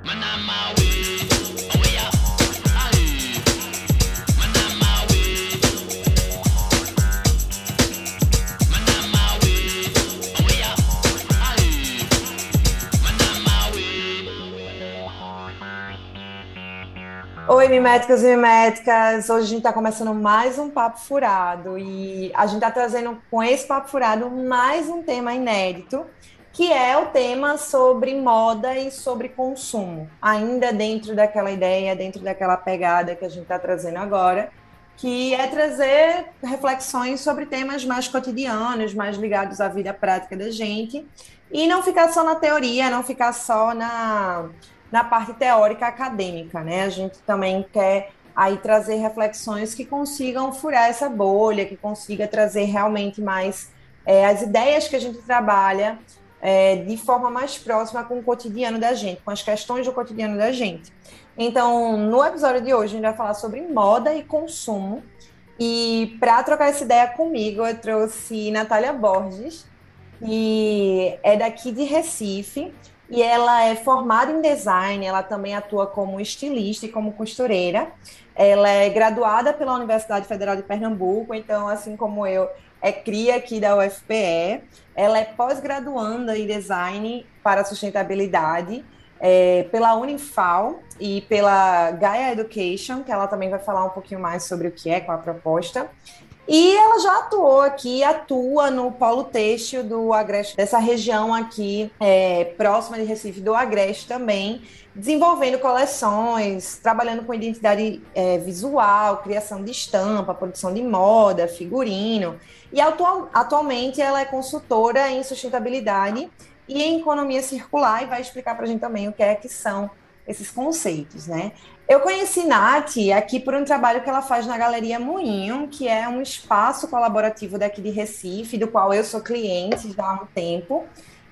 Oi, miméticos e miméticas! Hoje a gente está começando mais um Papo Furado e a gente está trazendo com esse Papo Furado mais um tema inédito, que é o tema sobre moda e sobre consumo, ainda dentro daquela ideia, dentro daquela pegada que a gente está trazendo agora, que é trazer reflexões sobre temas mais cotidianos, mais ligados à vida prática da gente, e não ficar só na teoria, não ficar só na parte teórica acadêmica, né? A gente também quer aí trazer reflexões que consigam furar essa bolha, que consiga trazer realmente mais as ideias que a gente trabalha de forma mais próxima com o cotidiano da gente, com as questões do cotidiano da gente. Então, no episódio de hoje, a gente vai falar sobre moda e consumo. E para trocar essa ideia comigo, eu trouxe Natália Borges, que é daqui de Recife, e ela é formada em design, ela também atua como estilista e como costureira. Ela é graduada pela Universidade Federal de Pernambuco, então, assim como eu, é cria aqui da UFPE. Ela é pós-graduanda em design para sustentabilidade pela Unifal e pela Gaia Education, que ela também vai falar um pouquinho mais sobre o que é, com a proposta. E ela já atuou aqui, atua no polo têxtil do Agreste, dessa região aqui, próxima de Recife, do Agreste também, desenvolvendo coleções, trabalhando com identidade visual, criação de estampa, produção de moda, figurino. E atualmente ela é consultora em sustentabilidade e em economia circular e vai explicar para a gente também o que é que são esses conceitos, né? Eu conheci Nath aqui por um trabalho que ela faz na Galeria Moinho, que é um espaço colaborativo daqui de Recife, do qual eu sou cliente já há um tempo.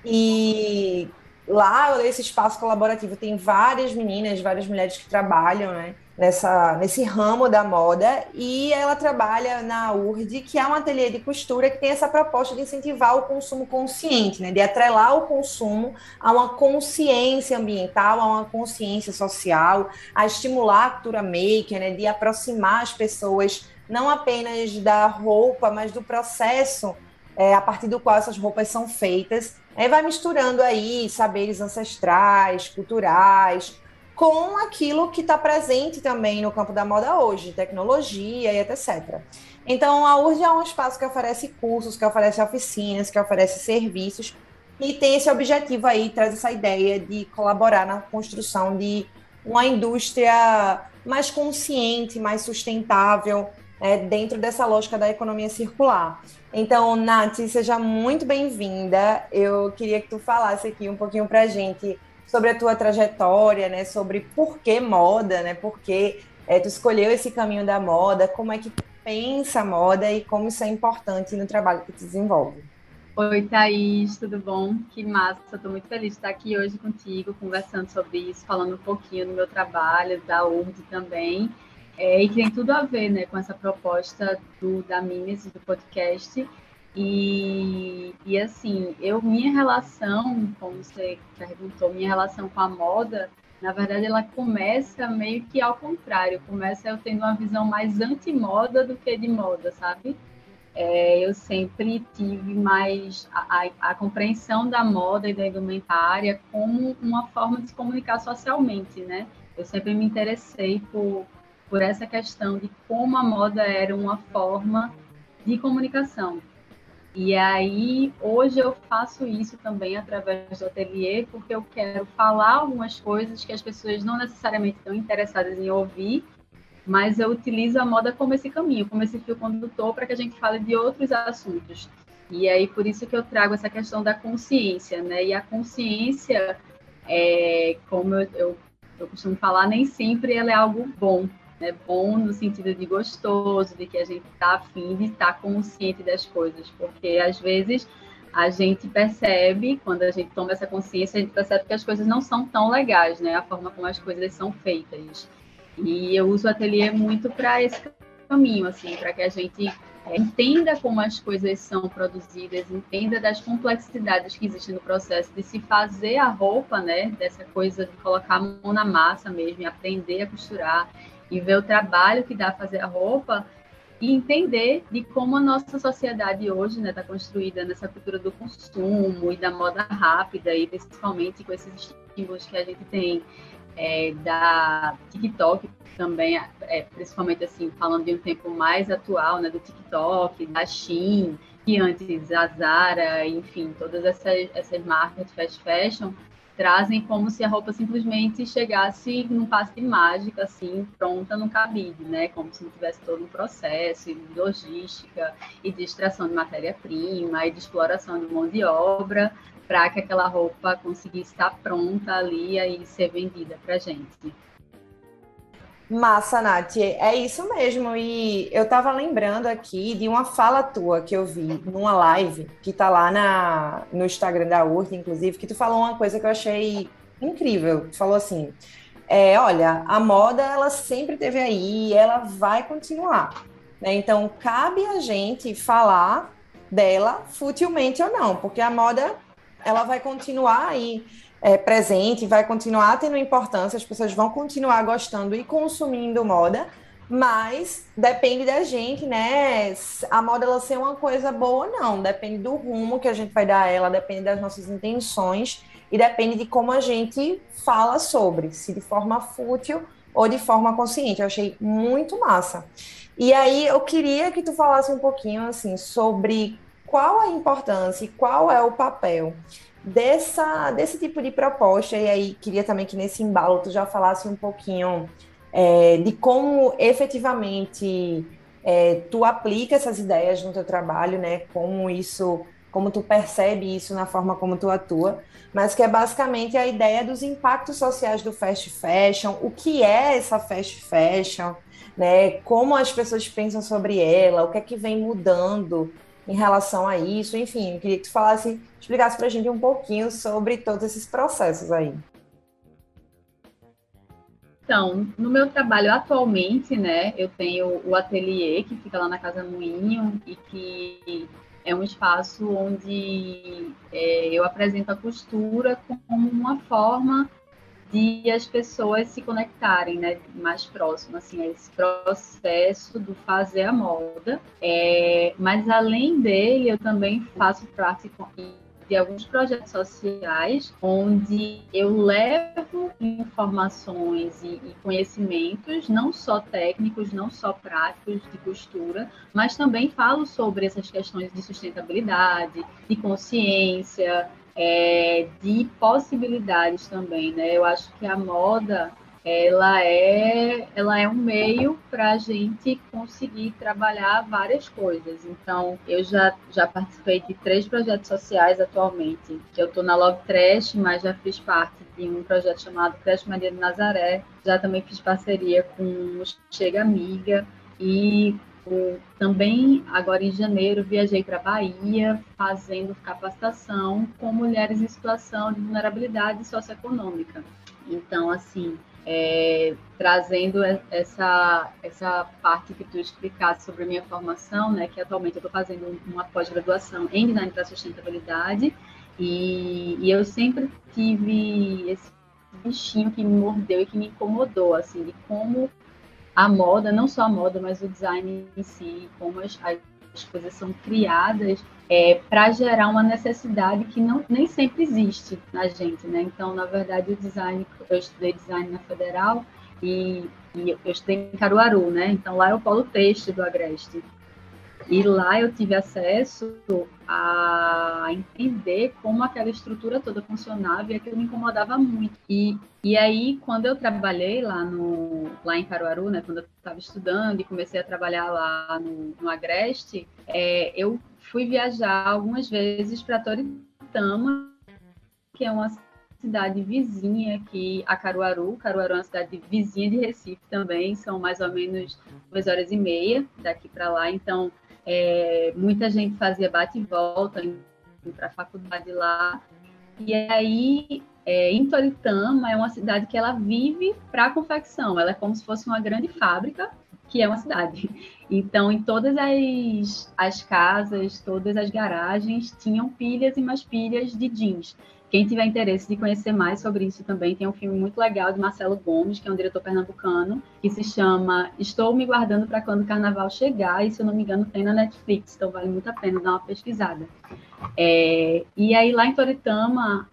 E lá, esse espaço colaborativo tem várias meninas, várias mulheres que trabalham, né, nesse ramo da moda, e ela trabalha na URD, que é um ateliê de costura que tem essa proposta de incentivar o consumo consciente, né, de atrelar o consumo a uma consciência ambiental, a uma consciência social, a estimular a cultura maker, né, de aproximar as pessoas não apenas da roupa, mas do processo a partir do qual essas roupas são feitas. Aí vai misturando aí saberes ancestrais, culturais, com aquilo que está presente também no campo da moda hoje, tecnologia e etc. Então, a URD é um espaço que oferece cursos, que oferece oficinas, que oferece serviços, e tem esse objetivo aí, traz essa ideia de colaborar na construção de uma indústria mais consciente, mais sustentável, dentro dessa lógica da economia circular. Então, Nath, seja muito bem-vinda. Eu queria que tu falasse aqui um pouquinho para a gente sobre a tua trajetória, né? Sobre por que moda, né? Por que tu escolheu esse caminho da moda, como é que tu pensa a moda e como isso é importante no trabalho que tu desenvolve. Oi, Thaís, tudo bom? Que massa, estou muito feliz de estar aqui hoje contigo, conversando sobre isso, falando um pouquinho do meu trabalho, da URD também, e que tem tudo a ver, né, com essa proposta da Mimes, do podcast. E assim, minha relação, como você perguntou, minha relação com a moda, na verdade, ela começa meio que ao contrário, começa eu tendo uma visão mais anti-moda do que de moda, sabe? Eu sempre tive mais a compreensão da moda e da indumentária como uma forma de se comunicar socialmente, né? Eu sempre me interessei por essa questão de como a moda era uma forma de comunicação. E aí, hoje eu faço isso também através do ateliê, porque eu quero falar algumas coisas que as pessoas não necessariamente estão interessadas em ouvir, mas eu utilizo a moda como esse caminho, como esse fio condutor para que a gente fale de outros assuntos. E aí, por isso que eu trago essa questão da consciência, né? E a consciência, como eu costumo falar, nem sempre ela é algo bom, né? Bom no sentido de gostoso, de que a gente está afim de estar consciente das coisas, porque às vezes a gente percebe, quando a gente toma essa consciência, a gente percebe que as coisas não são tão legais, né? A forma como as coisas são feitas. E eu uso o ateliê muito para esse caminho, assim, para que a gente entenda como as coisas são produzidas, entenda das complexidades que existem no processo de se fazer a roupa, né? Dessa coisa de colocar a mão na massa mesmo, e aprender a costurar, e ver o trabalho que dá fazer a roupa, e entender de como a nossa sociedade hoje, né, está construída nessa cultura do consumo e da moda rápida, e principalmente com esses estímulos que a gente tem da TikTok também, principalmente assim, falando de um tempo mais atual, né, do TikTok, da Shein, que antes a Zara, enfim, todas essas marcas de fast fashion trazem como se a roupa simplesmente chegasse num passe de mágica, assim, pronta no cabide, né? Como se não tivesse todo um processo de logística e de extração de matéria-prima e de exploração de mão de obra para que aquela roupa conseguisse estar pronta ali e ser vendida para a gente. Massa, Nath, é isso mesmo. E eu tava lembrando aqui de uma fala tua que eu vi numa live que tá lá no Instagram da URT, inclusive, que tu falou uma coisa que eu achei incrível. Tu falou assim: olha, a moda ela sempre teve aí e ela vai continuar, né? Então cabe a gente falar dela futilmente ou não, porque a moda ela vai continuar aí presente, vai continuar tendo importância, as pessoas vão continuar gostando e consumindo moda, mas depende da gente, né? A moda ela ser uma coisa boa ou não, depende do rumo que a gente vai dar a ela, depende das nossas intenções e depende de como a gente fala sobre, se de forma fútil ou de forma consciente. Eu achei muito massa. E aí eu queria que tu falasse um pouquinho assim sobre qual a importância e qual é o papel desse tipo de proposta. E aí queria também que nesse embalo tu já falasse um pouquinho de como efetivamente tu aplica essas ideias no teu trabalho, né? Como tu percebe isso na forma como tu atua, mas que é basicamente a ideia dos impactos sociais do fast fashion, o que é essa fast fashion, né? Como as pessoas pensam sobre ela, o que é que vem mudando em relação a isso, enfim, eu queria que tu explicasse para a gente um pouquinho sobre todos esses processos aí. Então, no meu trabalho atualmente, né, eu tenho o ateliê que fica lá na Casa Moinho e que é um espaço onde eu apresento a costura como uma forma de as pessoas se conectarem, né, mais próximo, assim, a esse processo do fazer a moda. Mas além dele, eu também faço parte de alguns projetos sociais onde eu levo informações e conhecimentos, não só técnicos, não só práticos de costura, mas também falo sobre essas questões de sustentabilidade, de consciência, de possibilidades também, né? Eu acho que a moda ela é um meio para a gente conseguir trabalhar várias coisas. Então, eu já participei de 3 projetos sociais atualmente. Eu estou na Love Trash, mas já fiz parte de um projeto chamado Creche Maria de Nazaré. Já também fiz parceria com o Chega Amiga e também, agora em janeiro, viajei para a Bahia fazendo capacitação com mulheres em situação de vulnerabilidade socioeconômica. Então, assim, trazendo essa parte que tu explicaste sobre a minha formação, né, que atualmente eu estou fazendo uma pós-graduação em design para sustentabilidade, e eu sempre tive esse bichinho que me mordeu e que me incomodou, assim, de como a moda, não só a moda, mas o design em si, como as coisas são criadas para gerar uma necessidade que nem sempre existe na gente, né? Então, na verdade, o design, eu estudei design na Federal e eu estudei em Caruaru, né? Então, lá é o polo têxtil do Agreste. E lá eu tive acesso a entender como aquela estrutura toda funcionava e aquilo me incomodava muito. E aí, quando eu trabalhei lá em Caruaru, né, quando eu estava estudando e comecei a trabalhar lá no Agreste, eu fui viajar algumas vezes para Toritama, que é uma cidade vizinha aqui a Caruaru. Caruaru é uma cidade vizinha de Recife também, são mais ou menos 2 horas e meia daqui para lá, então muita gente fazia bate e volta para a faculdade lá. E aí, em Toritama, é uma cidade que ela vive para a confecção. Ela é como se fosse uma grande fábrica que é uma cidade. Então, em todas as casas, todas as garagens, tinham pilhas e mais pilhas de jeans. Quem tiver interesse de conhecer mais sobre isso também, tem um filme muito legal de Marcelo Gomes, que é um diretor pernambucano, que se chama Estou Me Guardando para Quando o Carnaval Chegar, e se eu não me engano tem na Netflix, então vale muito a pena dar uma pesquisada. E aí lá em Toritama,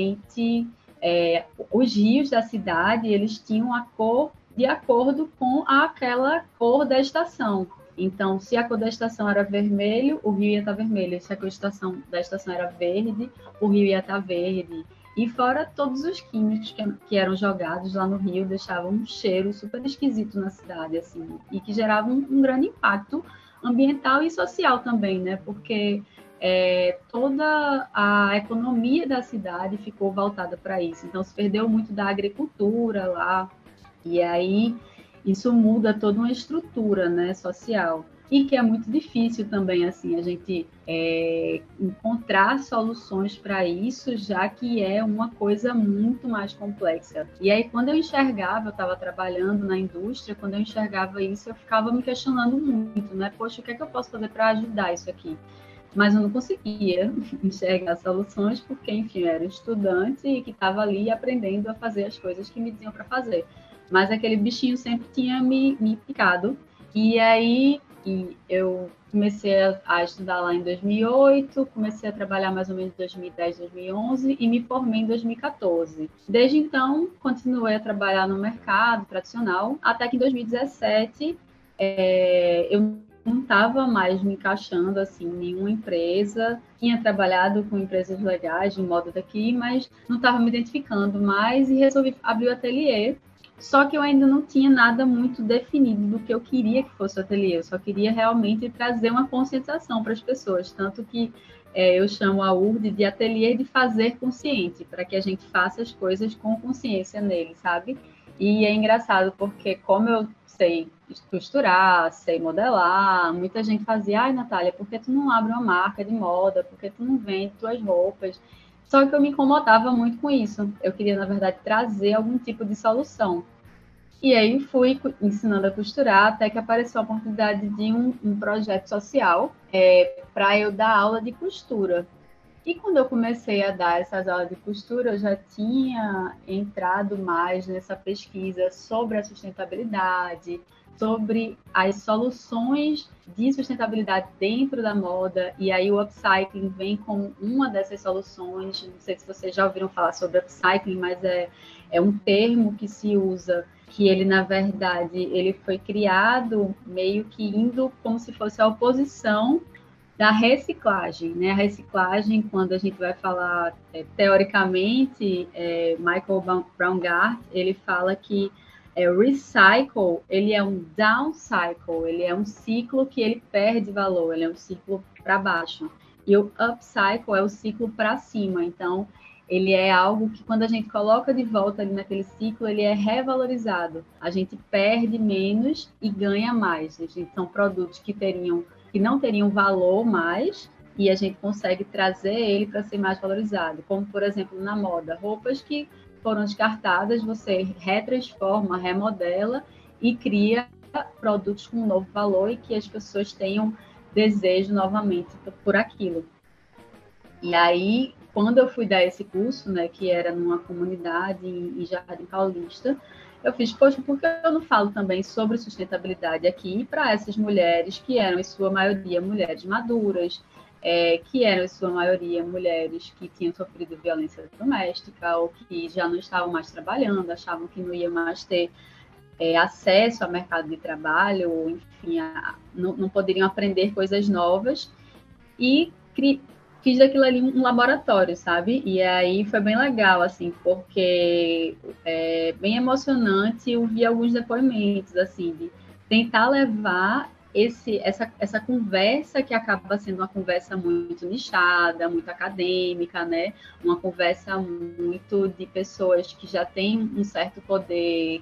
os rios da cidade, eles tinham a cor de acordo com aquela cor da estação. Então, se a cor da estação era vermelho, o rio ia estar vermelho. Se a cor da estação era verde, o rio ia estar verde. E fora todos os químicos que eram jogados lá no rio, deixavam um cheiro super esquisito na cidade, assim, e que geravam um grande impacto ambiental e social também, né? Porque toda a economia da cidade ficou voltada para isso. Então, se perdeu muito da agricultura lá, e aí isso muda toda uma estrutura, né, social. E que é muito difícil também, assim, a gente encontrar soluções para isso, já que é uma coisa muito mais complexa. E aí, quando eu estava trabalhando na indústria, quando eu enxergava isso, eu ficava me questionando muito, né? Poxa, o que é que eu posso fazer para ajudar isso aqui? Mas eu não conseguia enxergar soluções, porque, enfim, eu era estudante e que estava ali aprendendo a fazer as coisas que me diziam para fazer. Mas aquele bichinho sempre tinha me picado. E aí eu comecei a estudar lá em 2008, comecei a trabalhar mais ou menos em 2010, 2011 e me formei em 2014. Desde então, continuei a trabalhar no mercado tradicional, até que em 2017 eu não estava mais me encaixando assim, em nenhuma empresa. Tinha trabalhado com empresas legais de moda daqui, mas não estava me identificando mais e resolvi abrir o ateliê. Só que eu ainda não tinha nada muito definido do que eu queria que fosse o ateliê. Eu só queria realmente trazer uma conscientização para as pessoas. Tanto que eu chamo a URD de ateliê de fazer consciente, para que a gente faça as coisas com consciência nele, sabe? E é engraçado porque como eu sei costurar, sei modelar, muita gente fazia, ai, Natália, por que tu não abre uma marca de moda? Por que tu não vende tuas roupas? Só que eu me incomodava muito com isso. Eu queria, na verdade, trazer algum tipo de solução. E aí fui ensinando a costurar até que apareceu a oportunidade de um projeto social para eu dar aula de costura. E quando eu comecei a dar essas aulas de costura, eu já tinha entrado mais nessa pesquisa sobre a sustentabilidade, sobre as soluções de sustentabilidade dentro da moda, e aí o upcycling vem como uma dessas soluções. Não sei se vocês já ouviram falar sobre upcycling, mas é um termo que se usa, que ele, na verdade, ele foi criado meio que indo como se fosse a oposição da reciclagem, né? A reciclagem, quando a gente vai falar teoricamente, Michael Braungart, ele fala que recycle, ele é um down cycle, ele é um ciclo que ele perde valor, ele é um ciclo para baixo. E o upcycle é o ciclo para cima. Então, ele é algo que quando a gente coloca de volta ali naquele ciclo, ele é revalorizado. A gente perde menos e ganha mais. São produtos que não teriam valor mais, e a gente consegue trazer ele para ser mais valorizado. Como, por exemplo, na moda, roupas que foram descartadas, você retransforma, remodela e cria produtos com um novo valor e que as pessoas tenham desejo novamente por aquilo. E aí, quando eu fui dar esse curso, né, que era numa comunidade em Jardim Paulista, eu fiz, poxa, por que eu não falo também sobre sustentabilidade aqui para essas mulheres que eram, em sua maioria, mulheres maduras, que eram, em sua maioria, mulheres que tinham sofrido violência doméstica ou que já não estavam mais trabalhando, achavam que não ia mais ter acesso ao mercado de trabalho, ou, enfim, não poderiam aprender coisas novas, e fiz daquilo ali um laboratório, sabe? E aí foi bem legal, assim, porque é bem emocionante ouvir alguns depoimentos, assim, de tentar levar essa conversa que acaba sendo uma conversa muito nichada, muito acadêmica, né? Uma conversa muito de pessoas que já têm um certo poder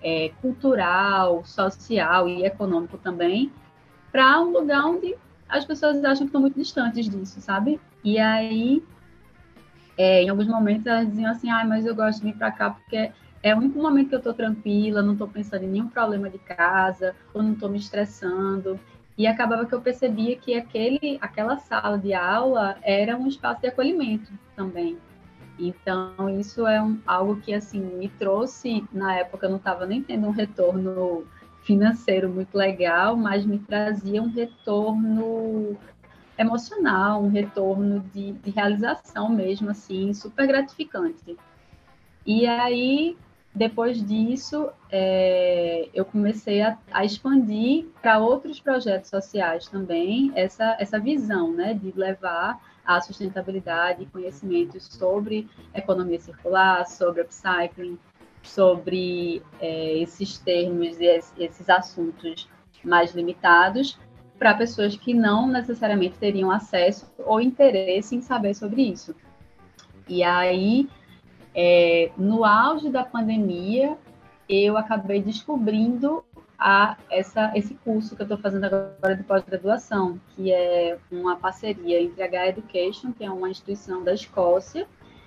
cultural, social e econômico também, para um lugar onde as pessoas acham que estão muito distantes disso, sabe? E aí, em alguns momentos, elas diziam assim, mas eu gosto de vir para cá porque é o único momento que eu estou tranquila, não estou pensando em nenhum problema de casa, ou não estou me estressando. E acabava que eu percebia que aquela sala de aula era um espaço de acolhimento também. Então, isso é algo que, assim, me trouxe, na época eu não estava nem tendo um retorno financeiro muito legal, mas me trazia um retorno emocional, um retorno de realização mesmo, assim, super gratificante. E aí, depois disso, eu comecei a expandir para outros projetos sociais também essa visão, né, de levar a sustentabilidade e conhecimentos sobre economia circular, sobre upcycling, sobre esses termos e esses assuntos mais limitados para pessoas que não necessariamente teriam acesso ou interesse em saber sobre isso. E aí, no auge da pandemia, eu acabei descobrindo esse curso que eu estou fazendo agora de pós-graduação, que é uma parceria entre a Gaia Education, que é uma instituição da Escócia,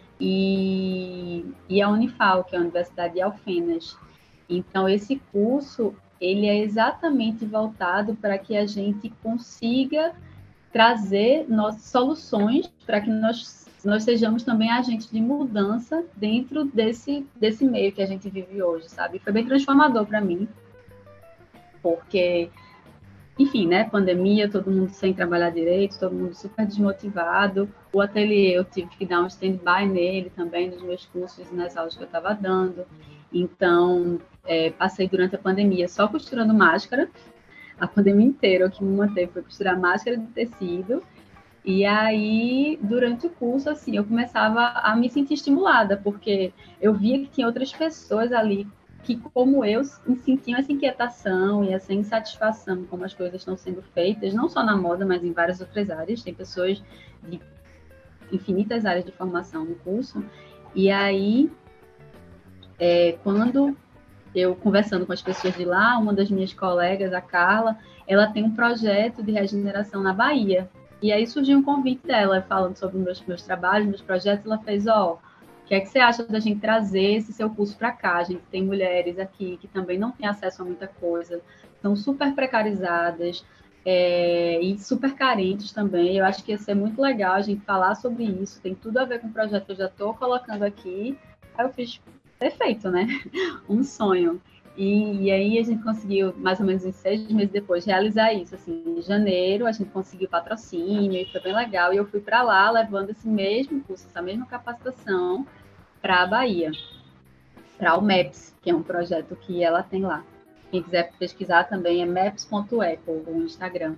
e a Unifal, que é a Universidade de Alfenas. Então, esse curso, ele é exatamente voltado para que a gente consiga trazer soluções para que nós sejamos também agentes de mudança dentro desse meio que a gente vive hoje, sabe? Foi bem transformador para mim, porque, enfim, né, pandemia, todo mundo sem trabalhar direito, todo mundo super desmotivado. O ateliê, eu tive que dar um stand-by nele também, nos meus cursos e nas aulas que eu estava dando. Então, passei durante a pandemia só costurando máscara, a pandemia inteira. O que me manteve foi costurar máscara de tecido. E aí, durante o curso, assim, eu começava a me sentir estimulada, porque eu via que tinha outras pessoas ali que, como eu, sentiam essa inquietação e essa insatisfação como as coisas estão sendo feitas, não só na moda, mas em várias outras áreas. Tem pessoas de infinitas áreas de formação no curso. E aí, quando eu conversando com as pessoas de lá, uma das minhas colegas, a Carla, ela tem um projeto de regeneração na Bahia. E aí surgiu um convite dela, falando sobre meus trabalhos, meus projetos. Ela fez, o que é que você acha da gente trazer esse seu curso para cá? A gente tem mulheres aqui que também não têm acesso a muita coisa, estão super precarizadas e super carentes também. Eu acho que ia ser muito legal a gente falar sobre isso, tem tudo a ver com o projeto que eu já estou colocando aqui. Aí eu fiz, perfeito, né? Um sonho. E aí a gente conseguiu, mais ou menos uns 6 meses depois, realizar isso. Assim, em janeiro a gente conseguiu patrocínio e foi bem legal. E eu fui para lá levando esse mesmo curso, essa mesma capacitação para a Bahia, para o MAPS, que é um projeto que ela tem lá. Quem quiser pesquisar também é maps.eco, no Instagram.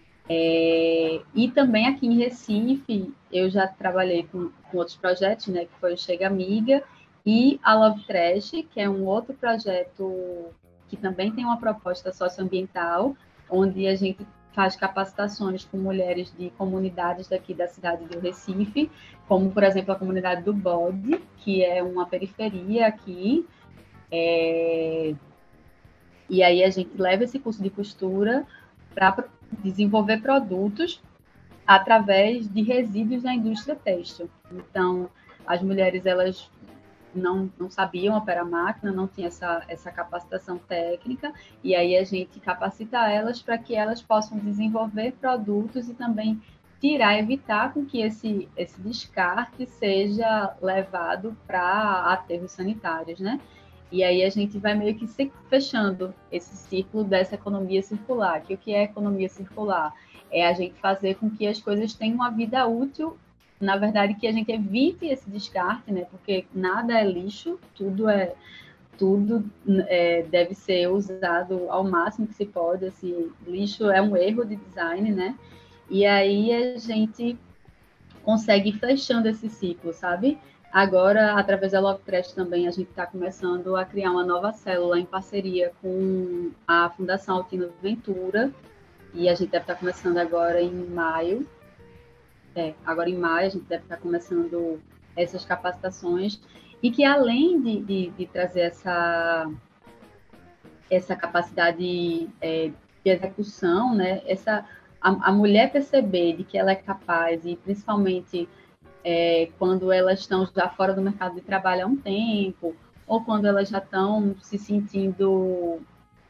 E também aqui em Recife, eu já trabalhei com outros projetos, né, que foi o Chega Amiga, e a Love Trash, que é um outro projeto que também tem uma proposta socioambiental, onde a gente faz capacitações com mulheres de comunidades daqui da cidade do Recife, como, por exemplo, a comunidade do Bode, que é uma periferia aqui. E aí a gente leva esse curso de costura para desenvolver produtos através de resíduos da indústria têxtil. Então, as mulheres, elas não sabiam operar máquina, não tinham essa capacitação técnica, e aí a gente capacita elas para que elas possam desenvolver produtos e também evitar com que esse descarte seja levado para aterros sanitários, né? E aí a gente vai meio que fechando esse ciclo dessa economia circular. Que o que é economia circular? É a gente fazer com que as coisas tenham uma vida útil, na verdade, que a gente evite esse descarte, né? Porque nada é lixo, tudo deve ser usado ao máximo que se pode. Assim, lixo é um erro de design, né? E aí a gente consegue ir fechando esse ciclo, sabe? Agora, através da Love Trash também, a gente está começando a criar uma nova célula em parceria com a Fundação Altino Ventura, e a gente deve estar começando agora em maio. Agora em maio a gente deve estar começando essas capacitações, e que além de trazer essa capacidade de execução, né, a mulher perceber de que ela é capaz, e principalmente quando elas estão já fora do mercado de trabalho há um tempo, ou quando elas já estão se sentindo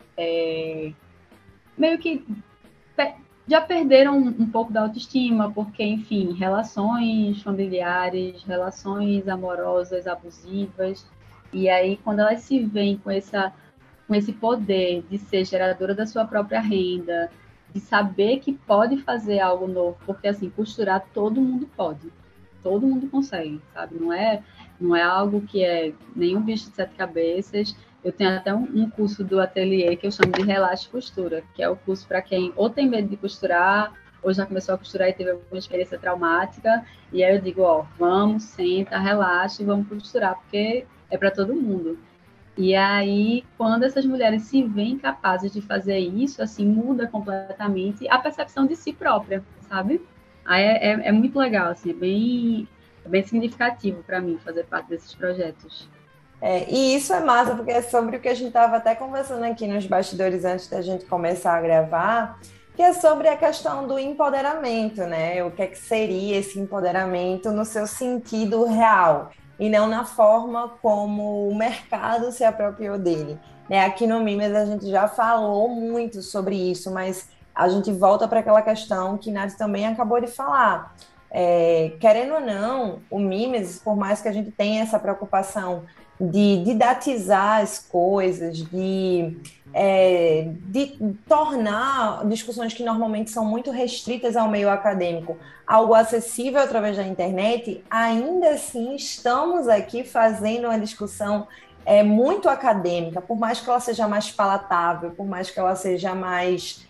meio que já perderam um pouco da autoestima, porque, enfim, relações familiares, relações amorosas, abusivas, e aí quando elas se veem com esse poder de ser geradora da sua própria renda, de saber que pode fazer algo novo, porque assim, costurar todo mundo pode, todo mundo consegue, sabe? Não é algo que é nenhum bicho de sete cabeças. Eu tenho até um curso do ateliê que eu chamo de Relaxe Costura, que é o curso para quem ou tem medo de costurar, ou já começou a costurar e teve alguma experiência traumática, e aí eu digo, ó, vamos, senta, relaxa e vamos costurar, porque é para todo mundo. E aí, quando essas mulheres se veem capazes de fazer isso, assim, muda completamente a percepção de si própria, sabe? Aí é muito legal, assim, é bem significativo para mim fazer parte desses projetos. E isso é massa, porque é sobre o que a gente estava até conversando aqui nos bastidores antes da gente começar a gravar, que é sobre a questão do empoderamento, né? O que é que seria esse empoderamento no seu sentido real, e não na forma como o mercado se apropriou dele. Né? Aqui no Mimes a gente já falou muito sobre isso, mas a gente volta para aquela questão que Nath também acabou de falar. Querendo ou não, o Mimes, por mais que a gente tenha essa preocupação de didatizar as coisas, de tornar discussões que normalmente são muito restritas ao meio acadêmico algo acessível através da internet, ainda assim estamos aqui fazendo uma discussão muito acadêmica, por mais que ela seja mais palatável, por mais que ela seja mais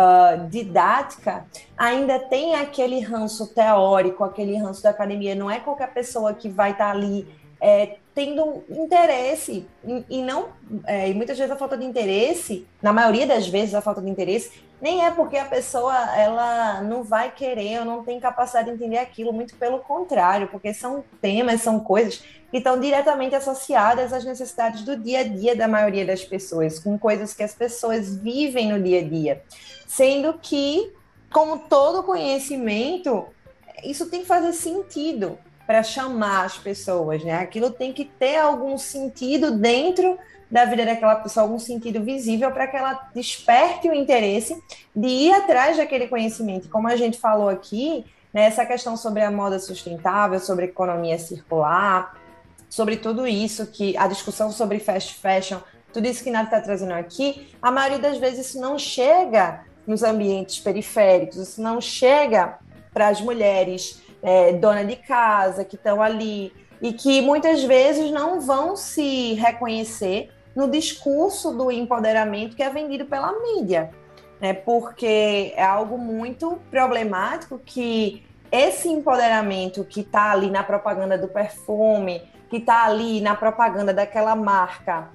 didática, ainda tem aquele ranço teórico, aquele ranço da academia. Não é qualquer pessoa que vai estar ali tendo interesse e não e muitas vezes a falta de interesse, na maioria das vezes a falta de interesse nem é porque a pessoa ela não vai querer ou não tem capacidade de entender aquilo, muito pelo contrário, porque são temas, são coisas que estão diretamente associadas às necessidades do dia a dia da maioria das pessoas, com coisas que as pessoas vivem no dia a dia, sendo que, como todo conhecimento, isso tem que fazer sentido para chamar as pessoas, né? Aquilo tem que ter algum sentido dentro da vida daquela pessoa, algum sentido visível para que ela desperte o interesse de ir atrás daquele conhecimento. Como a gente falou aqui, né, essa questão sobre a moda sustentável, sobre economia circular, sobre tudo isso, que a discussão sobre fast fashion, tudo isso que Nath está trazendo aqui, a maioria das vezes isso não chega nos ambientes periféricos, isso não chega para as mulheres dona de casa, que estão ali, e que muitas vezes não vão se reconhecer no discurso do empoderamento que é vendido pela mídia, né? Porque é algo muito problemático que esse empoderamento que está ali na propaganda do perfume, que está ali na propaganda daquela marca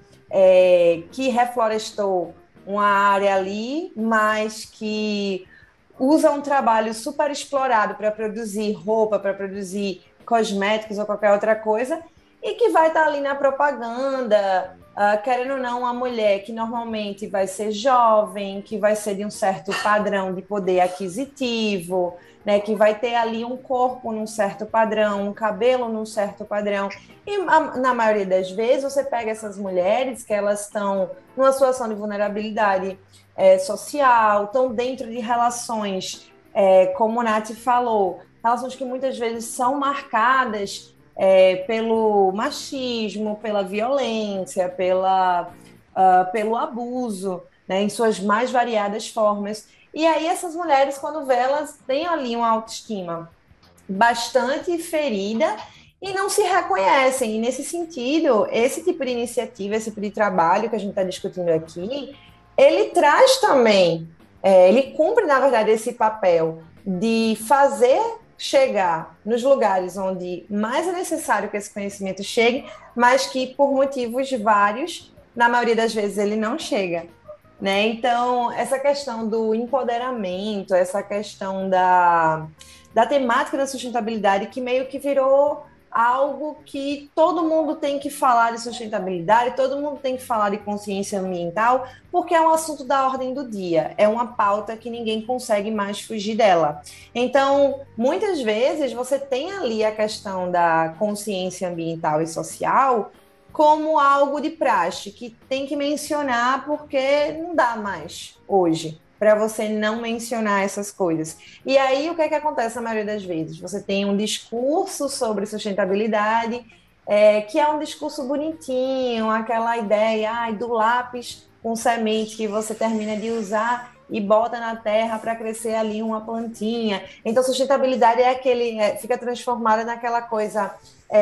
que reflorestou uma área ali, mas que usa um trabalho super explorado para produzir roupa, para produzir cosméticos ou qualquer outra coisa, e que vai estar ali na propaganda, querendo ou não, uma mulher que normalmente vai ser jovem, que vai ser de um certo padrão de poder aquisitivo, né, que vai ter ali um corpo num certo padrão, um cabelo num certo padrão. E na maioria das vezes você pega essas mulheres que elas estão numa situação de vulnerabilidade social, estão dentro de relações, como o Nath falou, relações que muitas vezes são marcadas pelo machismo, pela violência, pelo abuso, né, em suas mais variadas formas. E aí essas mulheres, quando vê, elas têm ali uma autoestima bastante ferida e não se reconhecem. E nesse sentido, esse tipo de iniciativa, esse tipo de trabalho que a gente está discutindo aqui, ele traz também, ele cumpre, na verdade, esse papel de fazer chegar nos lugares onde mais é necessário que esse conhecimento chegue, mas que por motivos vários, na maioria das vezes ele não chega, né? Então, essa questão do empoderamento, essa questão da temática da sustentabilidade, que meio que virou algo que todo mundo tem que falar de sustentabilidade, todo mundo tem que falar de consciência ambiental, porque é um assunto da ordem do dia, é uma pauta que ninguém consegue mais fugir dela. Então, muitas vezes você tem ali a questão da consciência ambiental e social como algo de praxe, que tem que mencionar porque não dá mais hoje para você não mencionar essas coisas. E aí, o que é que acontece na maioria das vezes? Você tem um discurso sobre sustentabilidade, que é um discurso bonitinho, aquela ideia do lápis com semente que você termina de usar e bota na terra para crescer ali uma plantinha. Então, sustentabilidade é fica transformada naquela coisa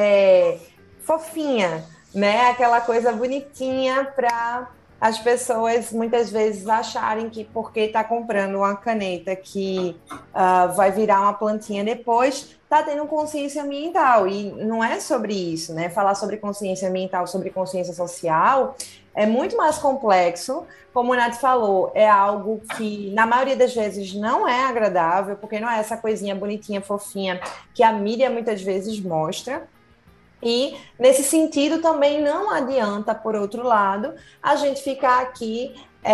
fofinha, né? Aquela coisa bonitinha para as pessoas muitas vezes acharem que porque está comprando uma caneta que vai virar uma plantinha depois, está tendo consciência ambiental. E não é sobre isso, né? Falar sobre consciência ambiental, sobre consciência social, é muito mais complexo. Como o Nath falou, é algo que, na maioria das vezes, não é agradável, porque não é essa coisinha bonitinha, fofinha, que a mídia muitas vezes mostra. E, nesse sentido, também não adianta, por outro lado, a gente ficar aqui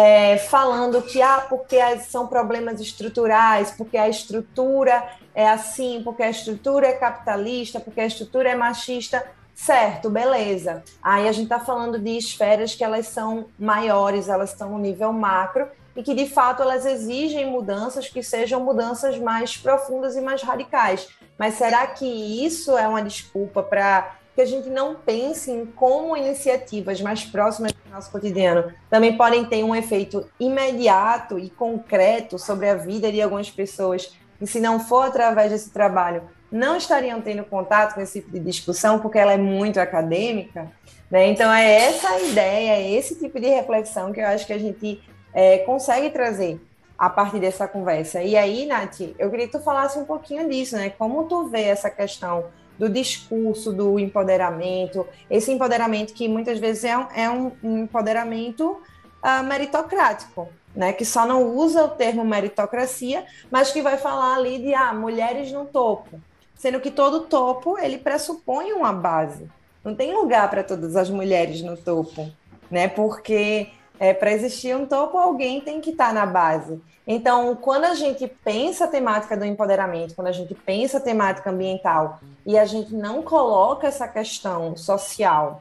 falando que porque são problemas estruturais, porque a estrutura é assim, porque a estrutura é capitalista, porque a estrutura é machista. Certo, beleza. Aí a gente está falando de esferas que elas são maiores, elas estão no nível macro, e que, de fato, elas exigem mudanças que sejam mudanças mais profundas e mais radicais. Mas será que isso é uma desculpa para que a gente não pense em como iniciativas mais próximas do nosso cotidiano também podem ter um efeito imediato e concreto sobre a vida de algumas pessoas, e se não for através desse trabalho, não estariam tendo contato com esse tipo de discussão, porque ela é muito acadêmica, né? Então, é essa a ideia, é esse tipo de reflexão que eu acho que a gente consegue trazer a partir dessa conversa. E aí, Nath, eu queria que tu falasse um pouquinho disso, né? Como tu vê essa questão do discurso, do empoderamento, esse empoderamento que muitas vezes é um empoderamento meritocrático, né? Que só não usa o termo meritocracia, mas que vai falar ali de mulheres no topo, sendo que todo topo ele pressupõe uma base. Não tem lugar para todas as mulheres no topo, né? Porque para existir um topo, alguém tem que estar na base. Então, quando a gente pensa a temática do empoderamento, quando a gente pensa a temática ambiental e a gente não coloca essa questão social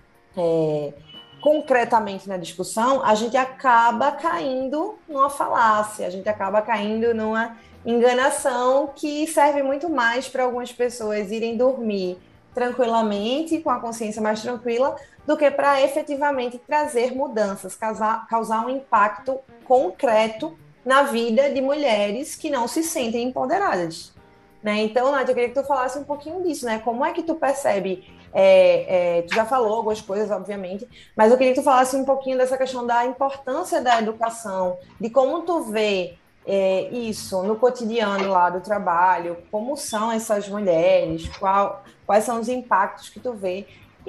concretamente na discussão, a gente acaba caindo numa falácia, a gente acaba caindo numa enganação que serve muito mais para algumas pessoas irem dormir tranquilamente, com a consciência mais tranquila, do que para efetivamente trazer mudanças, causar um impacto concreto na vida de mulheres que não se sentem empoderadas. Né? Então, Nath, eu queria que tu falasse um pouquinho disso, né? Como é que tu percebe, tu já falou algumas coisas, obviamente, mas eu queria que tu falasse um pouquinho dessa questão da importância da educação, de como tu vê isso no cotidiano lá do trabalho, como são essas mulheres, quais são os impactos que tu vê,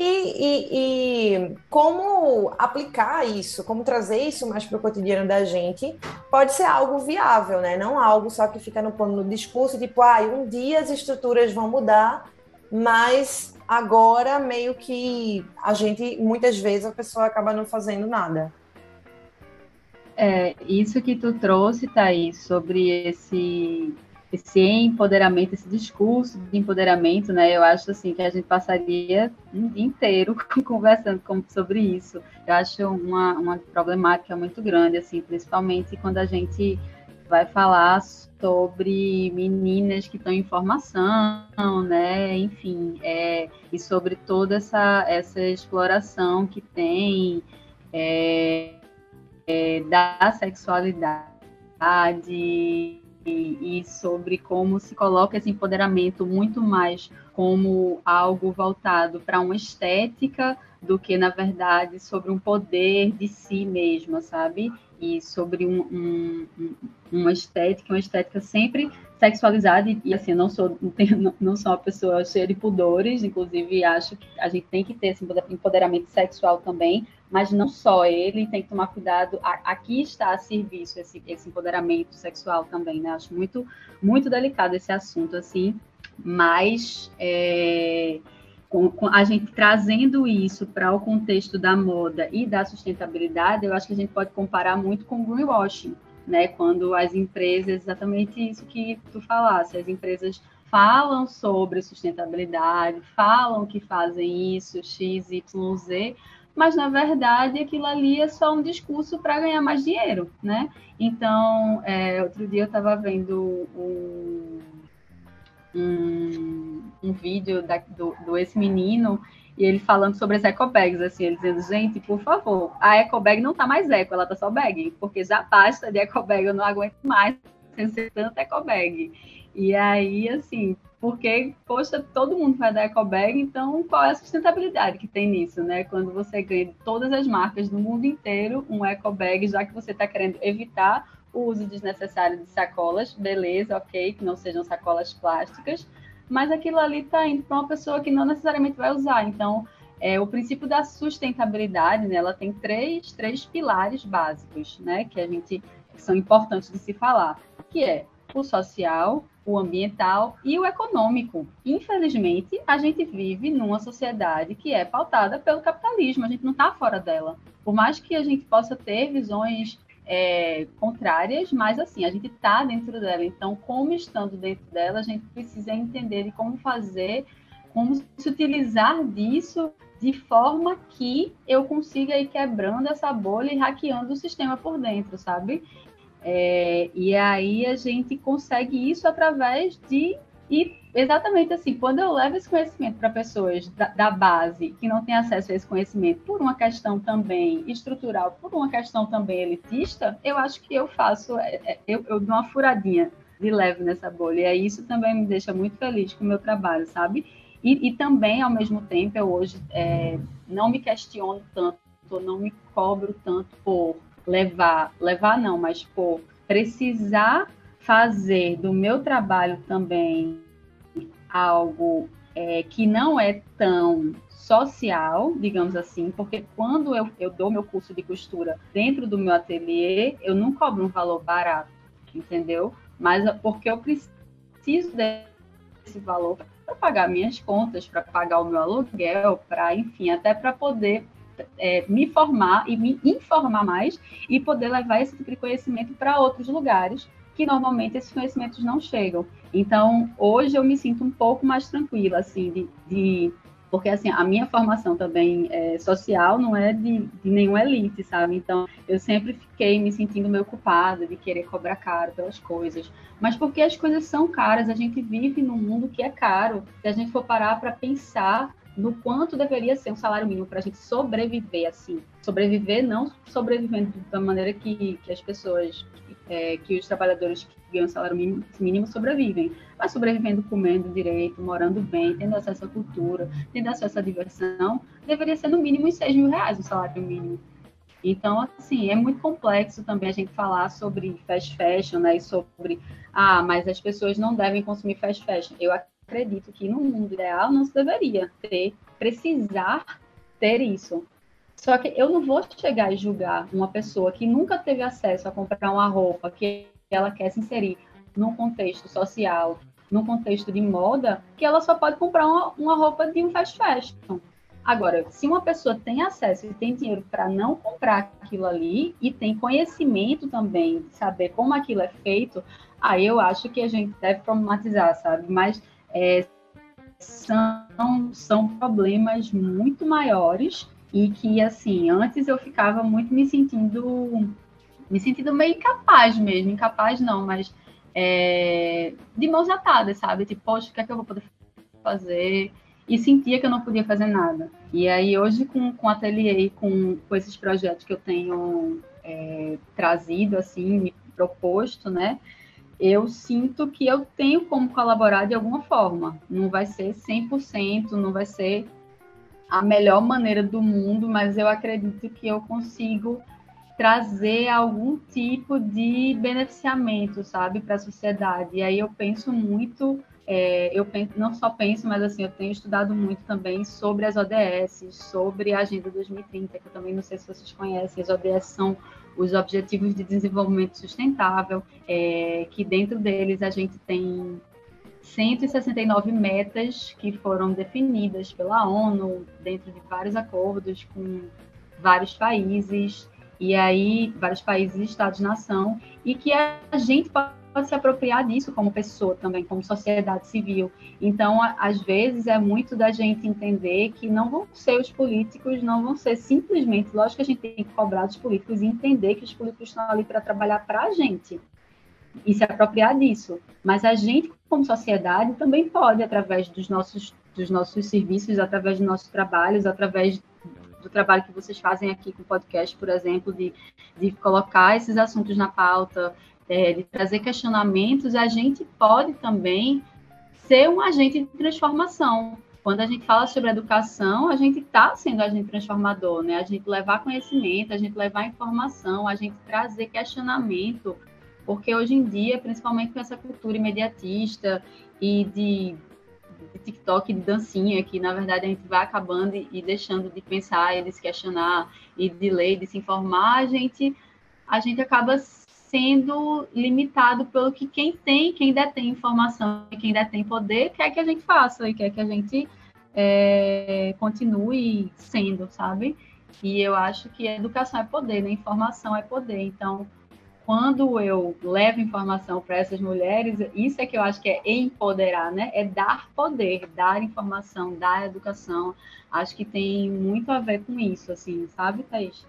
e como aplicar isso, como trazer isso mais para o cotidiano da gente, pode ser algo viável, né? Não algo só que fica no plano do discurso, tipo, um dia as estruturas vão mudar, mas agora meio que muitas vezes a pessoa acaba não fazendo nada. Isso que tu trouxe, Thaís, sobre esse empoderamento, esse discurso de empoderamento, né? Eu acho assim que a gente passaria um dia inteiro conversando sobre isso. Eu acho uma problemática muito grande, assim, principalmente quando a gente vai falar sobre meninas que estão em formação, né? Enfim, e sobre toda essa exploração que tem da sexualidade e sobre como se coloca esse empoderamento muito mais como algo voltado para uma estética do que, na verdade, sobre um poder de si mesma, sabe? E sobre uma estética sempre sexualizada, e assim, eu não sou uma pessoa cheia de pudores, inclusive acho que a gente tem que ter esse empoderamento sexual também, mas não só ele, tem que tomar cuidado, aqui está a serviço esse empoderamento sexual também, né? Acho muito, muito delicado esse assunto, assim, mas com a gente trazendo isso para o contexto da moda e da sustentabilidade, eu acho que a gente pode comparar muito com o greenwashing, né? Quando as empresas, exatamente isso que tu falasse, as empresas falam sobre sustentabilidade, falam que fazem isso, X, Y, Z, mas, na verdade, aquilo ali é só um discurso para ganhar mais dinheiro, né? Então, outro dia eu estava vendo um vídeo do esse menino, e ele falando sobre as ecobags, assim, ele dizendo, gente, por favor, a ecobag não tá mais eco, ela tá só bag, porque já basta de ecobag, eu não aguento mais sem ser tanta ecobag. E aí, assim, porque, poxa, todo mundo vai dar ecobag, então qual é a sustentabilidade que tem nisso, né? Quando você ganha de todas as marcas do mundo inteiro um ecobag, já que você está querendo evitar o uso desnecessário de sacolas, beleza, ok, que não sejam sacolas plásticas, mas aquilo ali está indo para uma pessoa que não necessariamente vai usar. Então, o princípio da sustentabilidade, né, ela tem três pilares básicos, né, que são importantes de se falar, que é o social, o ambiental e o econômico. Infelizmente, a gente vive numa sociedade que é pautada pelo capitalismo, a gente não está fora dela. Por mais que a gente possa ter visões contrárias, mas assim, a gente está dentro dela, então como estando dentro dela, a gente precisa entender de como fazer, como se utilizar disso de forma que eu consiga ir quebrando essa bolha e hackeando o sistema por dentro, sabe? E aí a gente consegue isso através de... E exatamente assim, quando eu levo esse conhecimento para pessoas da base que não têm acesso a esse conhecimento por uma questão também estrutural, por uma questão também elitista, eu acho que eu faço, eu dou uma furadinha de leve nessa bolha. E aí isso também me deixa muito feliz com o meu trabalho, sabe? E também, ao mesmo tempo, eu hoje não me questiono tanto, não me cobro tanto por levar não, mas por precisar fazer do meu trabalho também algo que não é tão social, digamos assim, porque quando eu dou meu curso de costura dentro do meu ateliê, eu não cobro um valor barato, entendeu? Mas porque eu preciso desse valor para pagar minhas contas, para pagar o meu aluguel, para, enfim, até para poder me formar e me informar mais e poder levar esse tipo de conhecimento para outros lugares que normalmente esses conhecimentos não chegam. Então, hoje eu me sinto um pouco mais tranquila, assim, porque assim, a minha formação também social não é de nenhuma elite, sabe? Então, eu sempre fiquei me sentindo meio culpada de querer cobrar caro pelas coisas. Mas porque as coisas são caras, a gente vive num mundo que é caro. Se a gente for parar para pensar no quanto deveria ser um salário mínimo para a gente sobreviver, assim. Sobreviver, não sobrevivendo da maneira que as pessoas, que os trabalhadores que ganham salário mínimo sobrevivem, mas sobrevivendo, comendo direito, morando bem, tendo acesso à cultura, tendo acesso à diversão, deveria ser no mínimo uns 6 mil reais o salário mínimo. Então, assim, é muito complexo também a gente falar sobre fast fashion, né, e sobre, mas as pessoas não devem consumir fast fashion. Eu acredito que no mundo ideal não se deveria precisar ter isso. Só que eu não vou chegar e julgar uma pessoa que nunca teve acesso a comprar uma roupa que ela quer se inserir num contexto social, num contexto de moda, que ela só pode comprar uma roupa de um fast fashion. Agora, se uma pessoa tem acesso e tem dinheiro para não comprar aquilo ali e tem conhecimento também de saber como aquilo é feito, aí eu acho que a gente deve problematizar, sabe? Mas são problemas muito maiores e que, assim, antes eu ficava muito me sentindo meio incapaz mesmo, incapaz não, mas de mãos atadas, sabe? Tipo, poxa, o que é que eu vou poder fazer? E sentia que eu não podia fazer nada. E aí hoje com o ateliê e com esses projetos que eu tenho trazido, assim, me proposto, né? Eu sinto que eu tenho como colaborar de alguma forma. Não vai ser 100%, não vai ser a melhor maneira do mundo, mas eu acredito que eu consigo trazer algum tipo de beneficiamento, sabe, para a sociedade. E aí eu penso muito, não só penso, mas assim, eu tenho estudado muito também sobre as ODS, sobre a Agenda 2030, que eu também não sei se vocês conhecem. As ODS são os Objetivos de Desenvolvimento Sustentável, que dentro deles a gente tem 169 metas que foram definidas pela ONU, dentro de vários acordos com vários países, e aí vários países e estados-nação, e que a gente pode pode se apropriar disso como pessoa também, como sociedade civil. Então, às vezes, é muito da gente entender que não vão ser os políticos, não vão ser simplesmente, lógico que a gente tem que cobrar dos políticos e entender que os políticos estão ali para trabalhar para a gente e se apropriar disso. Mas a gente, como sociedade, também pode, através dos nossos serviços, através dos nossos trabalhos, através do trabalho que vocês fazem aqui com o podcast, por exemplo, de colocar esses assuntos na pauta, de trazer questionamentos, a gente pode também ser um agente de transformação. Quando a gente fala sobre educação, a gente está sendo agente transformador, né? A gente levar conhecimento, a gente levar informação, a gente trazer questionamento, porque hoje em dia, principalmente com essa cultura imediatista e de TikTok, de dancinha, que na verdade a gente vai acabando e deixando de pensar e de se questionar e de ler, e de se informar, a gente acaba sendo limitado pelo que quem detém informação e quem detém poder quer que a gente faça e quer que a gente continue sendo, sabe? E eu acho que a educação é poder, né? Informação é poder. Então, quando eu levo informação para essas mulheres, isso é que eu acho que é empoderar, né? É dar poder, dar informação, dar educação. Acho que tem muito a ver com isso, assim, sabe, Thaís?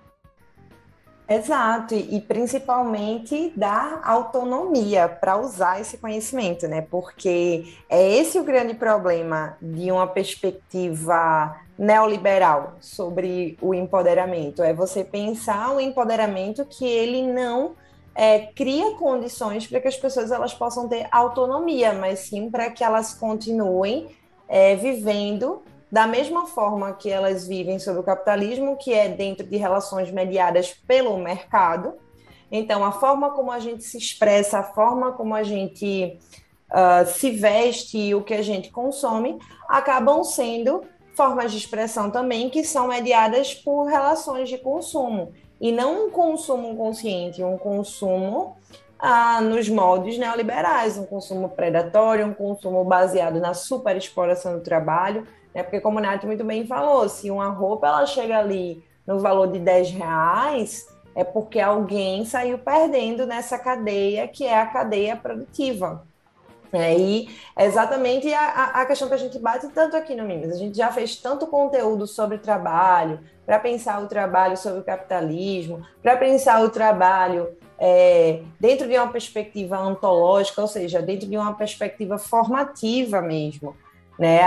Exato, e principalmente dar autonomia para usar esse conhecimento, né? Porque é esse o grande problema de uma perspectiva neoliberal sobre o empoderamento, é você pensar o empoderamento que ele não cria condições para que as pessoas elas possam ter autonomia, mas sim para que elas continuem vivendo da mesma forma que elas vivem sob o capitalismo, que é dentro de relações mediadas pelo mercado. Então, a forma como a gente se expressa, a forma como a gente se veste e o que a gente consome, acabam sendo formas de expressão também que são mediadas por relações de consumo. E não um consumo consciente, um consumo nos moldes neoliberais, um consumo predatório, um consumo baseado na superexploração do trabalho, né? Porque como o Nath muito bem falou, se uma roupa ela chega ali no valor de R$ 10, é porque alguém saiu perdendo nessa cadeia que é a cadeia produtiva. E é exatamente a questão que a gente bate tanto aqui no Minas. A gente já fez tanto conteúdo sobre trabalho, para pensar o trabalho sobre o capitalismo, para pensar o trabalho dentro de uma perspectiva ontológica, ou seja, dentro de uma perspectiva formativa mesmo. Né?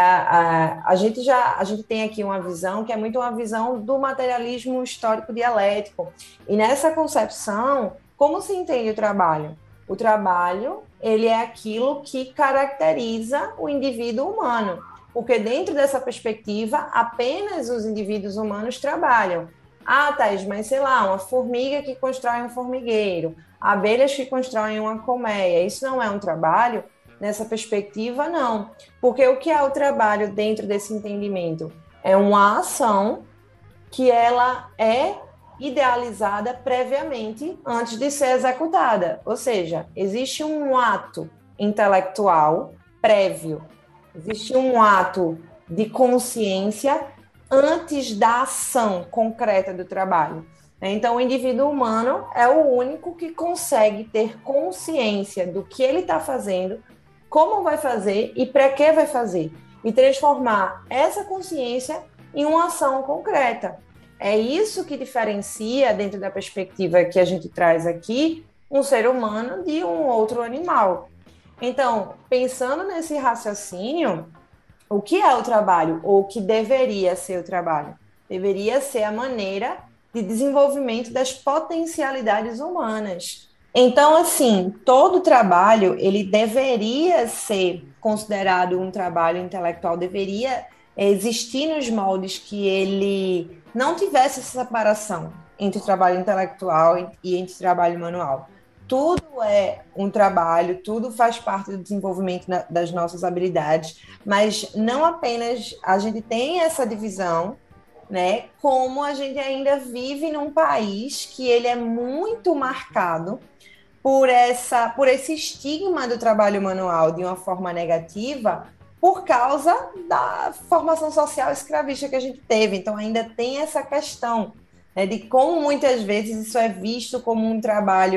A gente tem aqui uma visão que é muito uma visão do materialismo histórico dialético. E nessa concepção, como se entende o trabalho? O trabalho, ele é aquilo que caracteriza o indivíduo humano, porque dentro dessa perspectiva, apenas os indivíduos humanos trabalham. Ah, Thaís, mas sei lá, uma formiga que constrói um formigueiro, abelhas que constroem uma colmeia, isso não é um trabalho? Nessa perspectiva, não. Porque o que é o trabalho dentro desse entendimento? É uma ação que ela é idealizada previamente antes de ser executada. Ou seja, existe um ato intelectual prévio, existe um ato de consciência antes da ação concreta do trabalho. Então, o indivíduo humano é o único que consegue ter consciência do que ele está fazendo, como vai fazer e para que vai fazer, e transformar essa consciência em uma ação concreta. É isso que diferencia, dentro da perspectiva que a gente traz aqui, um ser humano de um outro animal. Então, pensando nesse raciocínio, o que é o trabalho, ou o que deveria ser o trabalho? Deveria ser a maneira de desenvolvimento das potencialidades humanas. Então, assim, todo trabalho, ele deveria ser considerado um trabalho intelectual, deveria existir nos moldes que ele não tivesse essa separação entre trabalho intelectual e entre trabalho manual. Tudo é um trabalho, tudo faz parte do desenvolvimento das nossas habilidades, mas não apenas a gente tem essa divisão, né? Como a gente ainda vive num país que ele é muito marcado por esse estigma do trabalho manual de uma forma negativa, por causa da formação social escravista que a gente teve. Então, ainda tem essa questão, né, de como muitas vezes isso é visto como um trabalho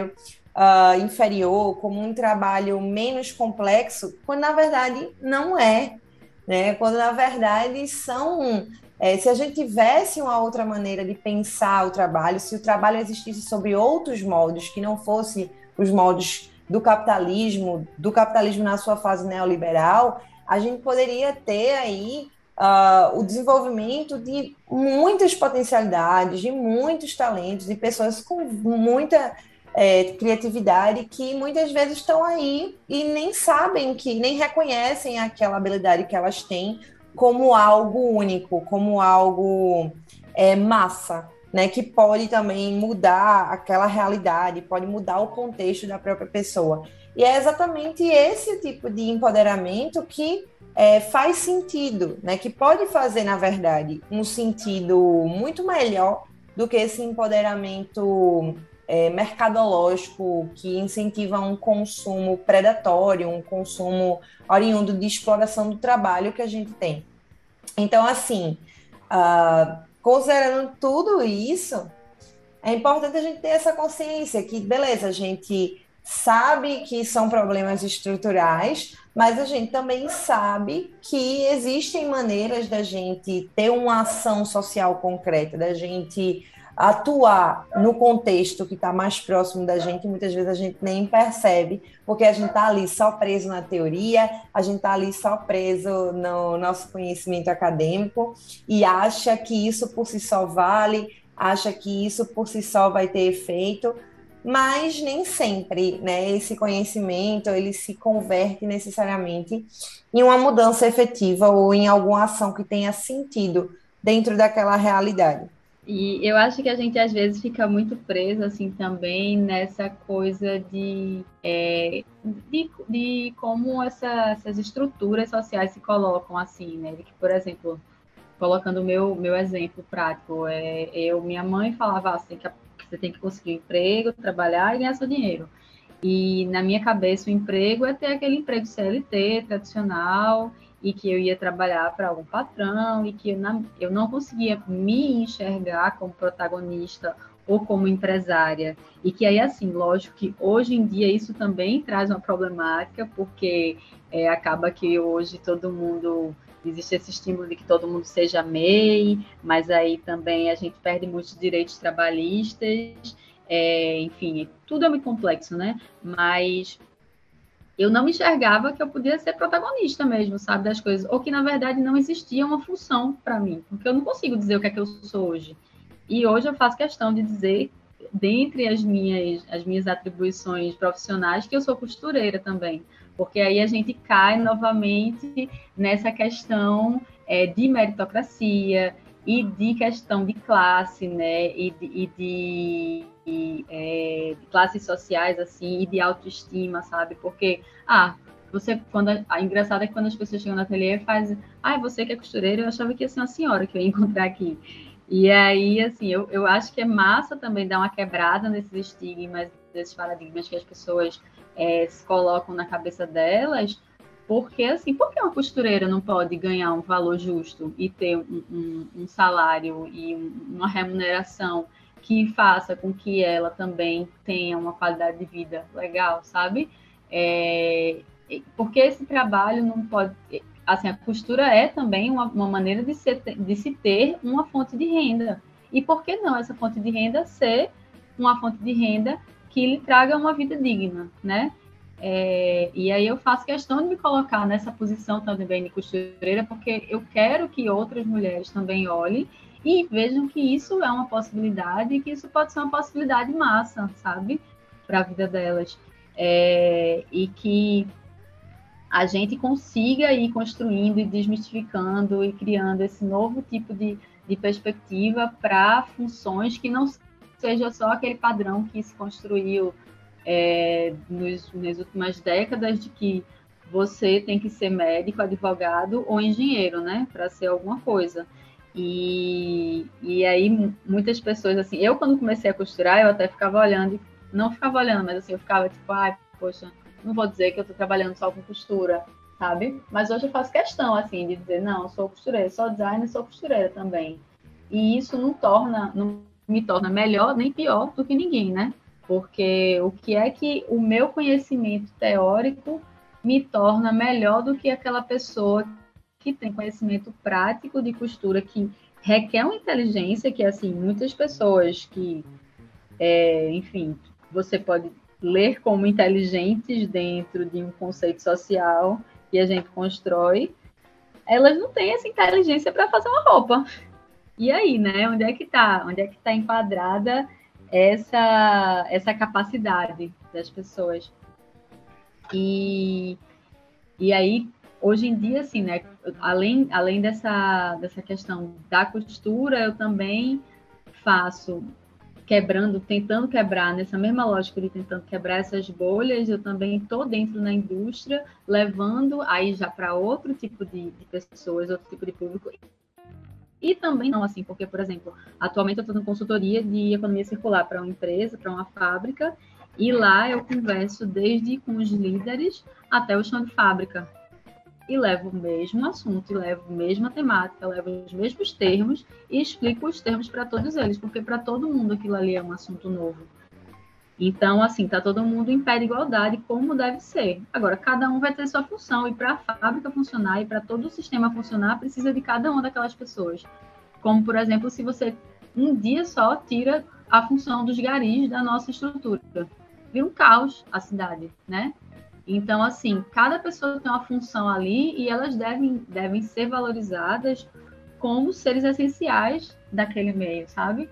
inferior, como um trabalho menos complexo, quando na verdade não é, né? Quando na verdade são. Se a gente tivesse uma outra maneira de pensar o trabalho, se o trabalho existisse sobre outros moldes, que não fosse os moldes do capitalismo na sua fase neoliberal, a gente poderia ter aí o desenvolvimento de muitas potencialidades, de muitos talentos, de pessoas com muita criatividade que muitas vezes estão aí e nem sabem que, nem reconhecem aquela habilidade que elas têm como algo único, como algo massa, né? Que pode também mudar aquela realidade, pode mudar o contexto da própria pessoa. E é exatamente esse tipo de empoderamento que faz sentido, né? Que pode fazer, na verdade, um sentido muito melhor do que esse empoderamento mercadológico que incentiva um consumo predatório, um consumo oriundo de exploração do trabalho que a gente tem. Então, assim, considerando tudo isso, é importante a gente ter essa consciência que, beleza, a gente sabe que são problemas estruturais, mas a gente também sabe que existem maneiras da gente ter uma ação social concreta, da gente atuar no contexto que está mais próximo da gente, muitas vezes a gente nem percebe, porque a gente está ali só preso na teoria, a gente está ali só preso no nosso conhecimento acadêmico e acha que isso por si só vale, acha que isso por si só vai ter efeito, mas nem sempre, né? Esse conhecimento ele se converte necessariamente em uma mudança efetiva ou em alguma ação que tenha sentido dentro daquela realidade. E eu acho que a gente às vezes fica muito preso assim também nessa coisa de como essas estruturas sociais se colocam assim, né? De que, por exemplo, colocando o meu exemplo prático, minha mãe falava assim, que você tem que conseguir um emprego, trabalhar e ganhar seu dinheiro. E na minha cabeça o emprego é ter aquele emprego CLT tradicional e que eu ia trabalhar para algum patrão e que eu não conseguia me enxergar como protagonista ou como empresária. E que aí, assim, lógico que hoje em dia isso também traz uma problemática, porque acaba que hoje todo mundo existe esse estímulo de que todo mundo seja MEI, mas aí também a gente perde muitos direitos trabalhistas, enfim, tudo é muito complexo, né? Mas eu não me enxergava que eu podia ser protagonista mesmo, sabe, das coisas, ou que na verdade não existia uma função para mim, porque eu não consigo dizer o que é que eu sou hoje. E hoje eu faço questão de dizer, dentre as minhas atribuições profissionais, que eu sou costureira também, porque aí a gente cai novamente nessa questão de meritocracia e de questão de classe, né, de classes sociais, assim, e de autoestima, sabe? Porque, engraçado é que quando as pessoas chegam no ateliê faz, você que é costureira, eu achava que ia ser uma senhora que eu ia encontrar aqui. E aí, assim, eu acho que é massa também dar uma quebrada nesses estigmas, desses paradigmas que as pessoas se colocam na cabeça delas, porque, assim, por que uma costureira não pode ganhar um valor justo e ter um salário e uma remuneração que faça com que ela também tenha uma qualidade de vida legal, sabe? Porque esse trabalho não pode... Assim, a costura é também uma maneira de se ter uma fonte de renda. E por que não essa fonte de renda ser uma fonte de renda que lhe traga uma vida digna, né? E aí eu faço questão de me colocar nessa posição também de costureira, porque eu quero que outras mulheres também olhem e vejam que isso é uma possibilidade e que isso pode ser uma possibilidade massa, sabe? Para a vida delas. E que a gente consiga ir construindo e desmistificando e criando esse novo tipo de perspectiva para funções que não seja só aquele padrão que se construiu nas últimas décadas de que você tem que ser médico, advogado ou engenheiro, né, para ser alguma coisa. E aí muitas pessoas, assim, eu quando comecei a costurar, eu até ficava olhando, não ficava olhando, mas assim, eu ficava tipo, poxa, não vou dizer que eu estou trabalhando só com costura, sabe? Mas hoje eu faço questão, assim, de dizer, não, eu sou costureira, sou designer, sou costureira também. E isso não me torna melhor nem pior do que ninguém, né? Porque o que é que o meu conhecimento teórico me torna melhor do que aquela pessoa que tem conhecimento prático de costura, que requer uma inteligência que, assim, muitas pessoas que, enfim, você pode ler como inteligentes dentro de um conceito social que a gente constrói, elas não têm essa inteligência para fazer uma roupa. E aí, né? Onde é que está? Onde é que está enquadrada essa capacidade das pessoas? E aí, hoje em dia, assim, né? Além dessa questão da costura, eu também faço tentando quebrar, nessa mesma lógica de tentando quebrar essas bolhas, eu também estou dentro na indústria, levando aí já para outro tipo de pessoas, outro tipo de público. E também não, assim, porque, por exemplo, atualmente eu estou dando consultoria de economia circular para uma empresa, para uma fábrica, e lá eu converso desde com os líderes até o chão de fábrica. E levo o mesmo assunto, levo a mesma temática, levo os mesmos termos e explico os termos para todos eles, porque para todo mundo aquilo ali é um assunto novo. Então, assim, está todo mundo em pé de igualdade, como deve ser. Agora, cada um vai ter sua função, e para a fábrica funcionar, e para todo o sistema funcionar, precisa de cada uma daquelas pessoas. Como, por exemplo, se você um dia só tira a função dos garis da nossa estrutura. Vira um caos a cidade, né? Então, assim, cada pessoa tem uma função ali e elas devem ser valorizadas como seres essenciais daquele meio, sabe?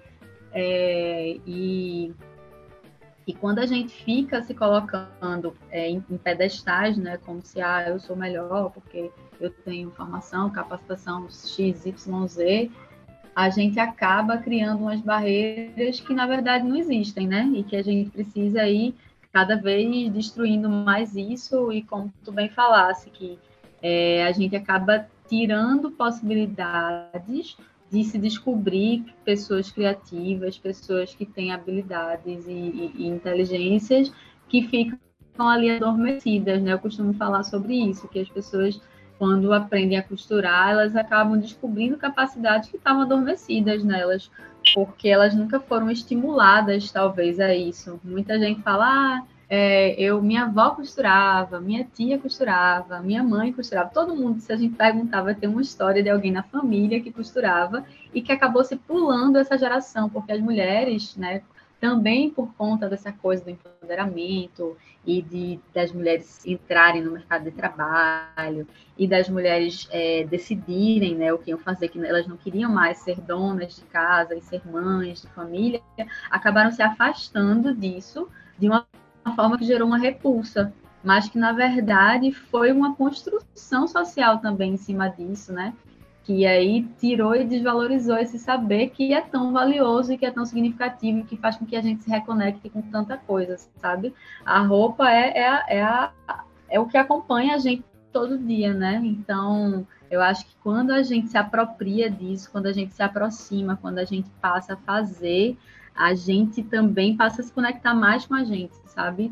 E quando a gente fica se colocando em pedestais, né, como se eu sou melhor porque eu tenho formação, capacitação X, Y, Z, a gente acaba criando umas barreiras que, na verdade, não existem, né? E que a gente precisa ir cada vez destruindo mais isso, e como tu bem falasse, que a gente acaba tirando possibilidades de se descobrir pessoas criativas, pessoas que têm habilidades e inteligências que ficam ali adormecidas, né? Eu costumo falar sobre isso, que as pessoas, quando aprendem a costurar, elas acabam descobrindo capacidades que estavam adormecidas nelas, porque elas nunca foram estimuladas, talvez, a isso. Muita gente fala, minha avó costurava, minha tia costurava, minha mãe costurava. Todo mundo, se a gente perguntava, tem uma história de alguém na família que costurava e que acabou se pulando essa geração, porque as mulheres, né, também por conta dessa coisa do empoderamento e das mulheres entrarem no mercado de trabalho e das mulheres decidirem, né, o que iam fazer, que elas não queriam mais ser donas de casa e ser mães de família, acabaram se afastando disso de uma forma que gerou uma repulsa, mas que, na verdade, foi uma construção social também em cima disso, né? Que aí tirou e desvalorizou esse saber que é tão valioso e que é tão significativo e que faz com que a gente se reconecte com tanta coisa, sabe? A roupa é o que acompanha a gente todo dia, né? Então, eu acho que quando a gente se apropria disso, quando a gente se aproxima, quando a gente passa a fazer, a gente também passa a se conectar mais com a gente, sabe?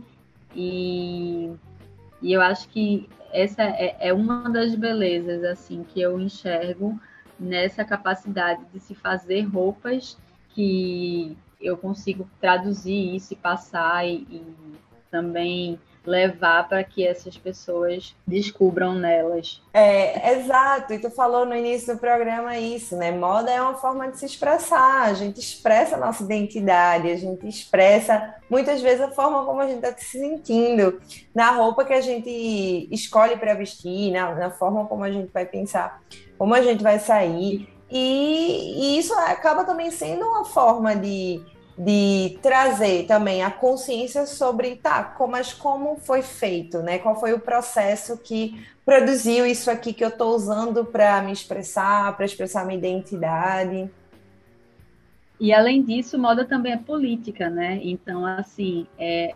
E eu acho que essa é uma das belezas, assim, que eu enxergo nessa capacidade de se fazer roupas que eu consigo traduzir isso e passar e também levar para que essas pessoas descubram nelas. Exato, e tu falou no início do programa isso, né? Moda é uma forma de se expressar, a gente expressa a nossa identidade, a gente expressa muitas vezes a forma como a gente está se sentindo, na roupa que a gente escolhe para vestir, na forma como a gente vai pensar, como a gente vai sair, e isso acaba também sendo uma forma de trazer também a consciência sobre, mas como foi feito, né? Qual foi o processo que produziu isso aqui que eu estou usando para me expressar, para expressar minha identidade. E, além disso, moda também é política, né? Então, assim,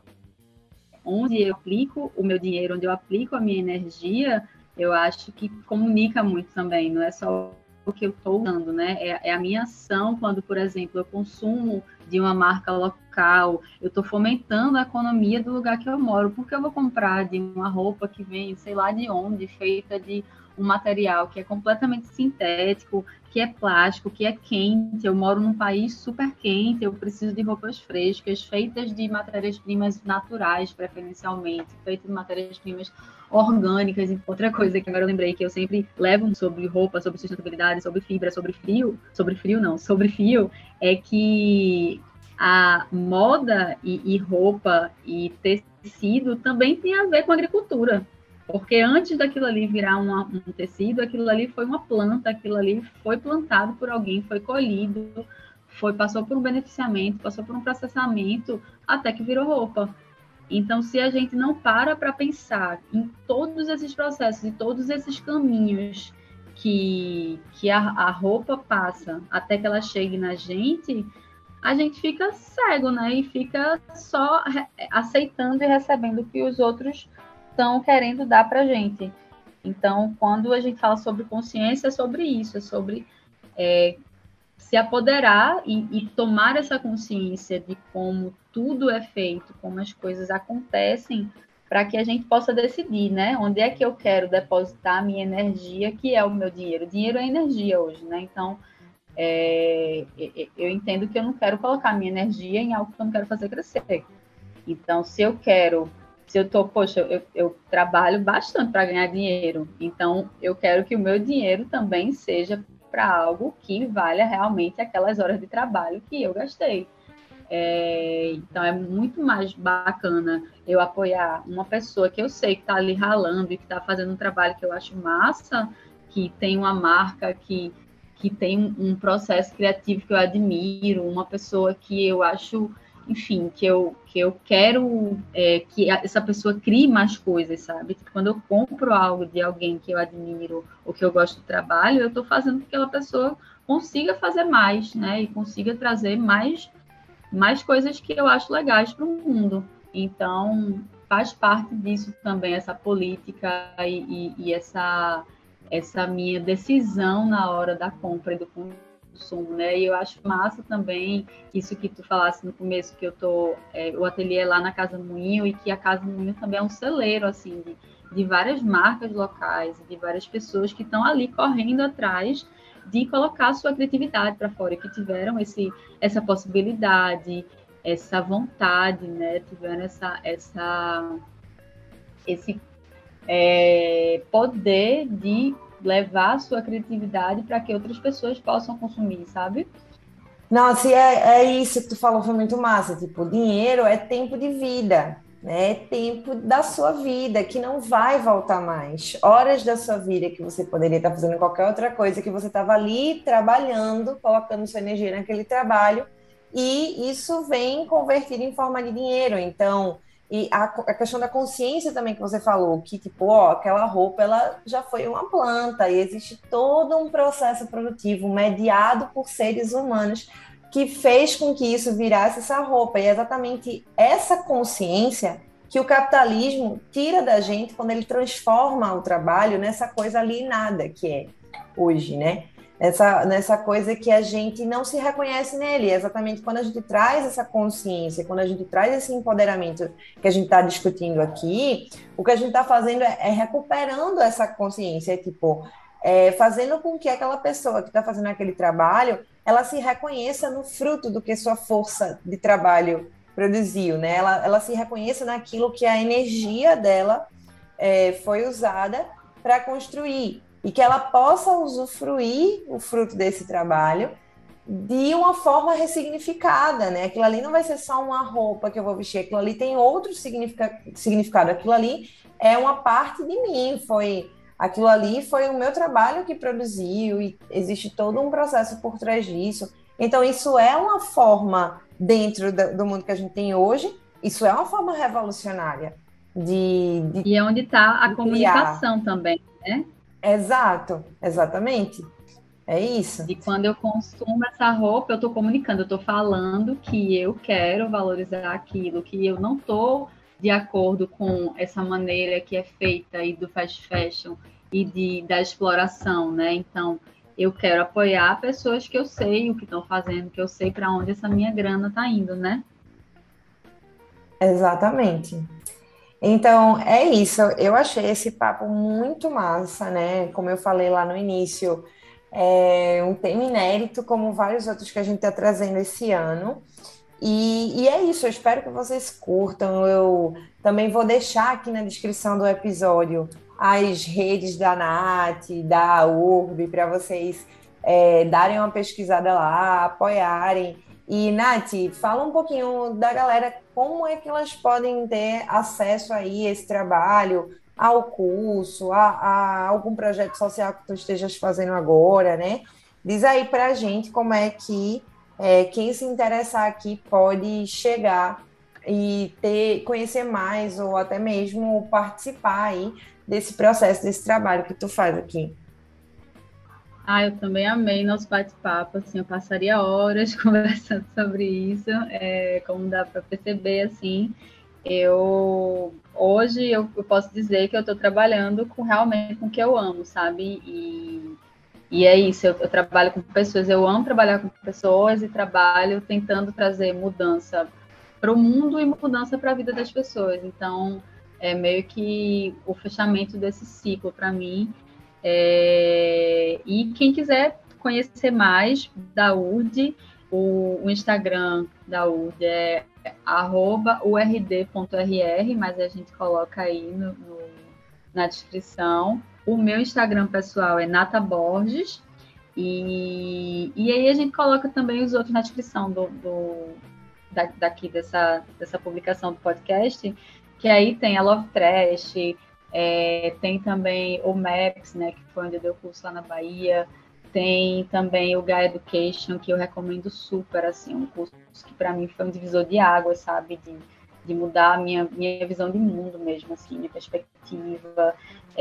onde eu aplico o meu dinheiro, onde eu aplico a minha energia, eu acho que comunica muito também, não é só o que eu estou usando, né? É a minha ação quando, por exemplo, eu consumo de uma marca local, eu estou fomentando a economia do lugar que eu moro, porque eu vou comprar de uma roupa que vem, sei lá de onde, feita de um material que é completamente sintético, que é plástico, que é quente. Eu moro num país super quente, eu preciso de roupas frescas, feitas de matérias-primas naturais, preferencialmente, feitas de matérias-primas orgânicas. Outra coisa que agora eu lembrei que eu sempre levo sobre roupa, sobre sustentabilidade, sobre fibra, sobre fio, é que a moda e roupa e tecido também tem a ver com agricultura. Porque antes daquilo ali virar um tecido, aquilo ali foi uma planta, aquilo ali foi plantado por alguém, foi colhido, passou por um beneficiamento, passou por um processamento, até que virou roupa. Então, se a gente não para pensar em todos esses processos e todos esses caminhos que a roupa passa até que ela chegue na gente, a gente fica cego, né? E fica só aceitando e recebendo o que os outros estão querendo dar para a gente. Então, quando a gente fala sobre consciência, é sobre isso, é sobre se apoderar e tomar essa consciência de como tudo é feito, como as coisas acontecem, para que a gente possa decidir, né? Onde é que eu quero depositar a minha energia, que é o meu dinheiro. O dinheiro é energia hoje, né? Então, eu entendo que eu não quero colocar minha energia em algo que eu não quero fazer crescer. Então, se eu tô, poxa, eu trabalho bastante para ganhar dinheiro, então eu quero que o meu dinheiro também seja para algo que valha realmente aquelas horas de trabalho que eu gastei. Então é muito mais bacana eu apoiar uma pessoa que eu sei que está ali ralando e que está fazendo um trabalho que eu acho massa, que tem uma marca, que tem um processo criativo que eu admiro, uma pessoa que eu acho, enfim, que eu quero que essa pessoa crie mais coisas, sabe? Quando eu compro algo de alguém que eu admiro ou que eu gosto do trabalho, eu estou fazendo com que aquela pessoa consiga fazer mais, né? E consiga trazer mais coisas que eu acho legais para o mundo. Então, faz parte disso também essa política e essa minha decisão na hora da compra e do consumo, né? E eu acho massa também isso que tu falasse no começo, que o ateliê é lá na Casa Moinho, e que a Casa Moinho também é um celeiro, assim, de várias marcas locais, de várias pessoas que estão ali correndo atrás de colocar a sua criatividade para fora, que tiveram essa possibilidade, essa vontade, né? Tiveram esse poder de levar a sua criatividade para que outras pessoas possam consumir, sabe? Nossa, e é isso que tu falou, foi muito massa. Tipo, dinheiro é tempo de vida, né? É tempo da sua vida que não vai voltar mais. Horas da sua vida que você poderia estar fazendo qualquer outra coisa, que você estava ali trabalhando, colocando sua energia naquele trabalho, e isso vem convertido em forma de dinheiro. Então, e a questão da consciência também que você falou, que tipo, ó, aquela roupa, ela já foi uma planta, e existe todo um processo produtivo mediado por seres humanos que fez com que isso virasse essa roupa. E é exatamente essa consciência que o capitalismo tira da gente quando ele transforma o trabalho nessa coisa alienada que é hoje, né? Nessa coisa que a gente não se reconhece nele. É exatamente quando a gente traz essa consciência, quando a gente traz esse empoderamento que a gente está discutindo aqui, o que a gente está fazendo é recuperando essa consciência, tipo, fazendo com que aquela pessoa que está fazendo aquele trabalho, ela se reconheça no fruto do que sua força de trabalho produziu, né? Ela se reconheça naquilo que a energia dela foi usada para construir, e que ela possa usufruir o fruto desse trabalho de uma forma ressignificada, né? Aquilo ali não vai ser só uma roupa que eu vou vestir, aquilo ali tem outro significado, aquilo ali é uma parte de mim, aquilo ali foi o meu trabalho que produziu, e existe todo um processo por trás disso. Então, isso é uma forma, dentro do mundo que a gente tem hoje, isso é uma forma revolucionária E é onde está a de criar. comunicação também, né? Exato, exatamente. É isso. E quando eu consumo essa roupa, eu estou comunicando, eu estou falando que eu quero valorizar aquilo, que eu não estou de acordo com essa maneira que é feita aí do fast fashion e da exploração, né? Então, eu quero apoiar pessoas que eu sei o que estão fazendo, que eu sei para onde essa minha grana está indo, né? Exatamente. Então, é isso. Eu achei esse papo muito massa, né? Como eu falei lá no início, É um tema inédito, como vários outros que a gente está trazendo esse ano. E é isso, eu espero que vocês curtam. Eu também vou deixar aqui na descrição do episódio as redes da Nath, da URB, para vocês darem uma pesquisada lá, apoiarem. E, Nath, fala um pouquinho da galera, como é que elas podem ter acesso aí a esse trabalho, ao curso, a algum projeto social que tu estejas fazendo agora, né? Diz aí para a gente como é que quem se interessar aqui pode chegar e conhecer mais ou até mesmo participar aí desse processo, desse trabalho que tu faz aqui. Ah, eu também amei nosso bate-papo, assim, eu passaria horas conversando sobre isso, como dá para perceber, assim, hoje eu posso dizer que eu estou trabalhando realmente com o que eu amo, sabe? E é isso, eu trabalho com pessoas, eu amo trabalhar com pessoas e trabalho tentando trazer mudança para o mundo e mudança para a vida das pessoas. Então, é meio que o fechamento desse ciclo para mim. E quem quiser conhecer mais da URD, o Instagram da URD é @urd.rr, mas a gente coloca aí na descrição. O meu Instagram pessoal é Nata Borges. E aí a gente coloca também os outros na descrição daqui dessa publicação do podcast, que aí tem a Love Trash, tem também o Maps, né, que foi onde eu dei o curso lá na Bahia, tem também o Gaia Education, que eu recomendo super, assim, um curso que para mim foi um divisor de água, sabe, de mudar a minha visão de mundo mesmo, assim, minha perspectiva.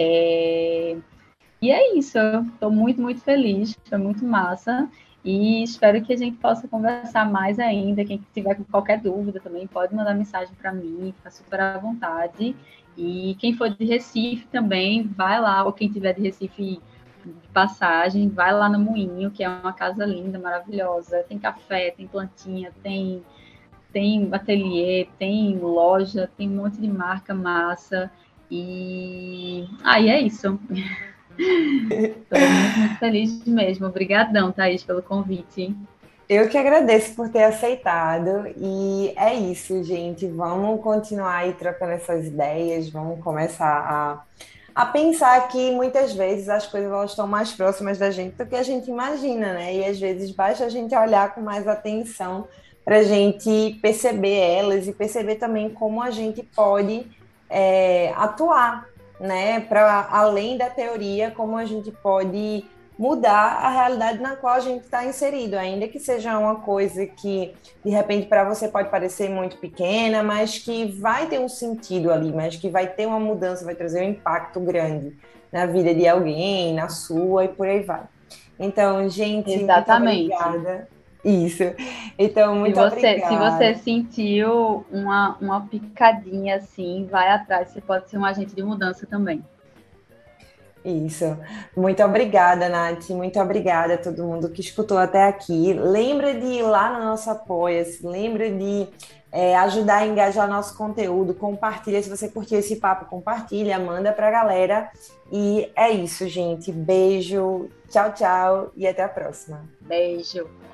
E é isso, eu estou muito, muito feliz, foi muito massa. E espero que a gente possa conversar mais ainda. Quem tiver com qualquer dúvida também pode mandar mensagem para mim, fica super à vontade. E quem for de Recife também, vai lá, ou quem tiver de Recife de passagem, vai lá no Moinho, que é uma casa linda, maravilhosa. Tem café, tem plantinha, tem ateliê, tem loja, tem um monte de marca massa. E aí é isso. Estou muito, muito feliz mesmo. Obrigadão, Thaís, pelo convite. Eu que agradeço por ter aceitado. E é isso, gente. Vamos continuar aí trocando essas ideias, vamos começar a pensar que muitas vezes as coisas elas estão mais próximas da gente do que a gente imagina, né? E às vezes basta a gente olhar com mais atenção para a gente perceber elas e perceber também como a gente pode atuar, né? Para além da teoria, como a gente pode mudar a realidade na qual a gente está inserido, ainda que seja uma coisa que de repente para você pode parecer muito pequena, mas que vai ter um sentido ali, mas que vai ter uma mudança, vai trazer um impacto grande na vida de alguém, na sua e por aí vai. Então, gente, muito Exatamente. obrigada. Isso. Então, Se muito você obrigada. sentiu uma picadinha assim, vai atrás. Você pode ser um agente de mudança também. Isso. Muito obrigada, Nath. Muito obrigada a todo mundo que escutou até aqui. Lembra de ir lá no nosso Apoia-se, lembra de ajudar a engajar nosso conteúdo, compartilha. Se você curtiu esse papo, compartilha, manda para a galera. E é isso, gente. Beijo, tchau, tchau e até a próxima. Beijo.